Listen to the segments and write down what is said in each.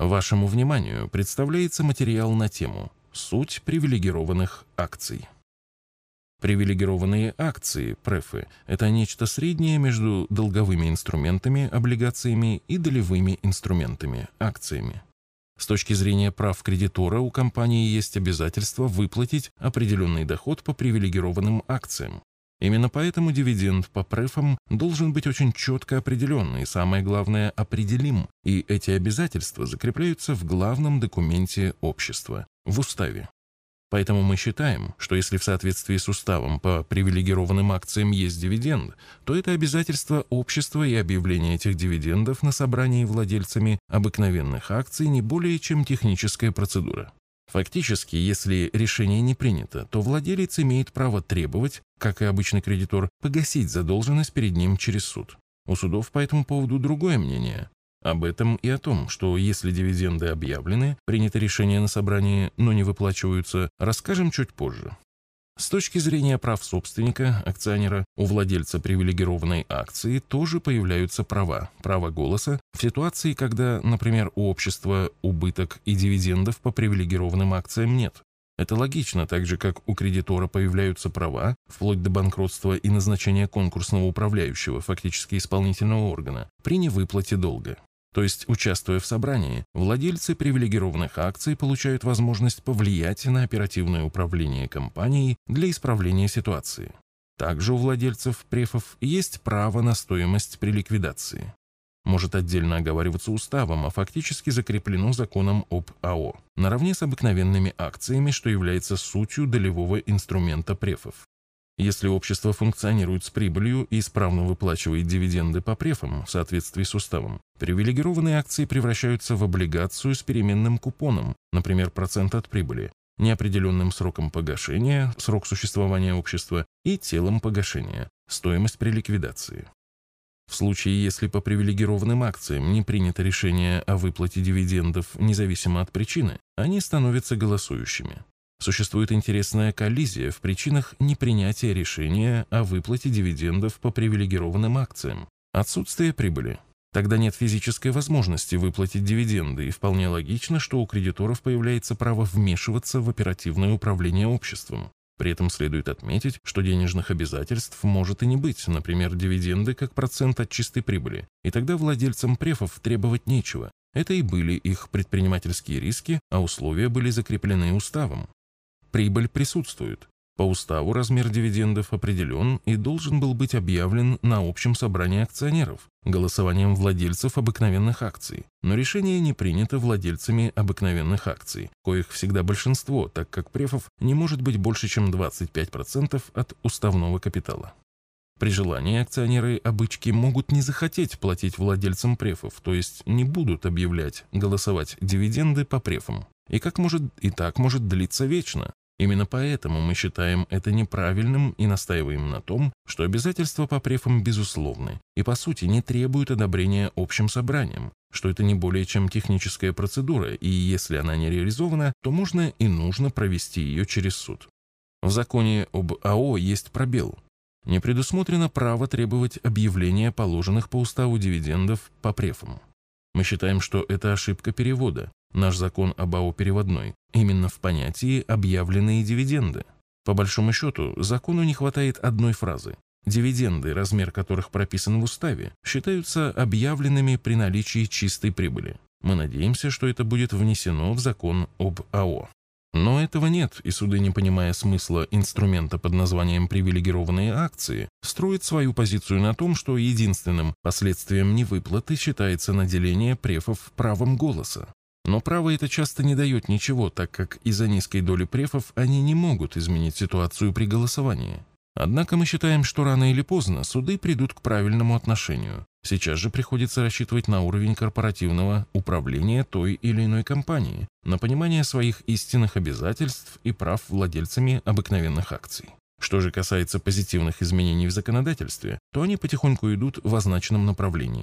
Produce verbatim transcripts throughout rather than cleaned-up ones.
Вашему вниманию представляется материал на тему «Суть привилегированных акций». Привилегированные акции, префы, это нечто среднее между долговыми инструментами, облигациями и долевыми инструментами, акциями. С точки зрения прав кредитора у компании есть обязательство выплатить определенный доход по привилегированным акциям. Именно поэтому дивиденд по префам должен быть очень четко определен и, самое главное, определим, и эти обязательства закрепляются в главном документе общества – в уставе. Поэтому мы считаем, что если в соответствии с уставом по привилегированным акциям есть дивиденд, то это обязательство общества и объявление этих дивидендов на собрании владельцами обыкновенных акций не более чем техническая процедура. Фактически, если решение не принято, то владелец имеет право требовать, как и обычный кредитор, погасить задолженность перед ним через суд. У судов по этому поводу другое мнение. Об этом и о том, что если дивиденды объявлены, принято решение на собрании, но не выплачиваются, расскажем чуть позже. С точки зрения прав собственника, акционера, у владельца привилегированной акции тоже появляются права, право голоса в ситуации, когда, например, у общества убыток и дивидендов по привилегированным акциям нет. Это логично, так же, как у кредитора появляются права, вплоть до банкротства и назначения конкурсного управляющего, фактически исполнительного органа, при невыплате долга. То есть, участвуя в собрании, владельцы привилегированных акций получают возможность повлиять на оперативное управление компанией для исправления ситуации. Также у владельцев префов есть право на стоимость при ликвидации. Может отдельно оговариваться уставом, а фактически закреплено законом об АО, наравне с обыкновенными акциями, что является сутью долевого инструмента префов. Если общество функционирует с прибылью и исправно выплачивает дивиденды по префам в соответствии с уставом, привилегированные акции превращаются в облигацию с переменным купоном, например, процент от прибыли, неопределенным сроком погашения, срок существования общества и телом погашения, стоимость при ликвидации. В случае, если по привилегированным акциям не принято решение о выплате дивидендов независимо от причины, они становятся голосующими. Существует интересная коллизия в причинах непринятия решения о выплате дивидендов по привилегированным акциям. Отсутствие прибыли. Тогда нет физической возможности выплатить дивиденды, и вполне логично, что у кредиторов появляется право вмешиваться в оперативное управление обществом. При этом следует отметить, что денежных обязательств может и не быть, например, дивиденды как процент от чистой прибыли, и тогда владельцам префов требовать нечего. Это и были их предпринимательские риски, а условия были закреплены уставом. Прибыль присутствует. По уставу размер дивидендов определен и должен был быть объявлен на общем собрании акционеров, голосованием владельцев обыкновенных акций. Но решение не принято владельцами обыкновенных акций, коих всегда большинство, так как префов не может быть больше, чем двадцать пять процентов от уставного капитала. При желании акционеры обычки могут не захотеть платить владельцам префов, то есть не будут объявлять, голосовать дивиденды по префам. И как может, и так может длиться вечно. Именно поэтому мы считаем это неправильным и настаиваем на том, что обязательства по префам безусловны и по сути не требуют одобрения общим собранием, что это не более чем техническая процедура, и если она не реализована, то можно и нужно провести ее через суд. В законе об АО есть пробел. Не предусмотрено право требовать объявления положенных по уставу дивидендов по префам. Мы считаем, что это ошибка перевода. Наш закон об АО переводной, именно в понятии «объявленные дивиденды». По большому счету, закону не хватает одной фразы. Дивиденды, размер которых прописан в уставе, считаются объявленными при наличии чистой прибыли. Мы надеемся, что это будет внесено в закон об АО. Но этого нет, и суды, не понимая смысла инструмента под названием «привилегированные акции», строят свою позицию на том, что единственным последствием невыплаты считается наделение префов правом голоса. Но право это часто не дает ничего, так как из-за низкой доли префов они не могут изменить ситуацию при голосовании. Однако мы считаем, что рано или поздно суды придут к правильному отношению. Сейчас же приходится рассчитывать на уровень корпоративного управления той или иной компании, на понимание своих истинных обязательств и прав владельцами обыкновенных акций. Что же касается позитивных изменений в законодательстве, то они потихоньку идут в означенном направлении.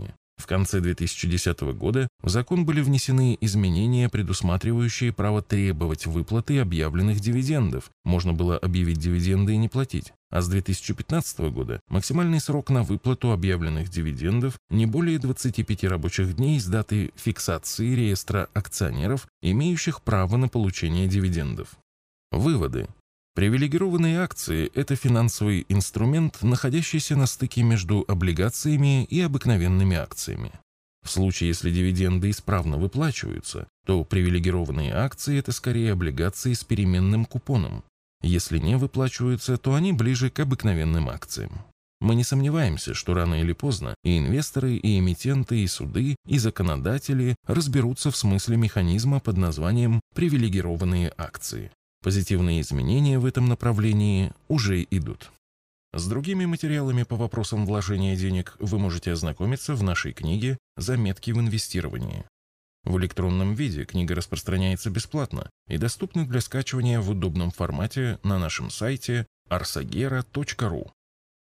В конце две тысячи десятого года в закон были внесены изменения, предусматривающие право требовать выплаты объявленных дивидендов. Можно было объявить дивиденды и не платить. А с две тысячи пятнадцатого года максимальный срок на выплату объявленных дивидендов не более двадцати пяти рабочих дней с даты фиксации реестра акционеров, имеющих право на получение дивидендов. Выводы. Привилегированные акции – это финансовый инструмент, находящийся на стыке между облигациями и обыкновенными акциями. В случае, если дивиденды исправно выплачиваются, то привилегированные акции – это скорее облигации с переменным купоном. Если не выплачиваются, то они ближе к обыкновенным акциям. Мы не сомневаемся, что рано или поздно и инвесторы, и эмитенты, и суды, и законодатели разберутся в смысле механизма под названием «привилегированные акции». Позитивные изменения в этом направлении уже идут. С другими материалами по вопросам вложения денег вы можете ознакомиться в нашей книге «Заметки в инвестировании». В электронном виде книга распространяется бесплатно и доступна для скачивания в удобном формате на нашем сайте arsagera точка ру.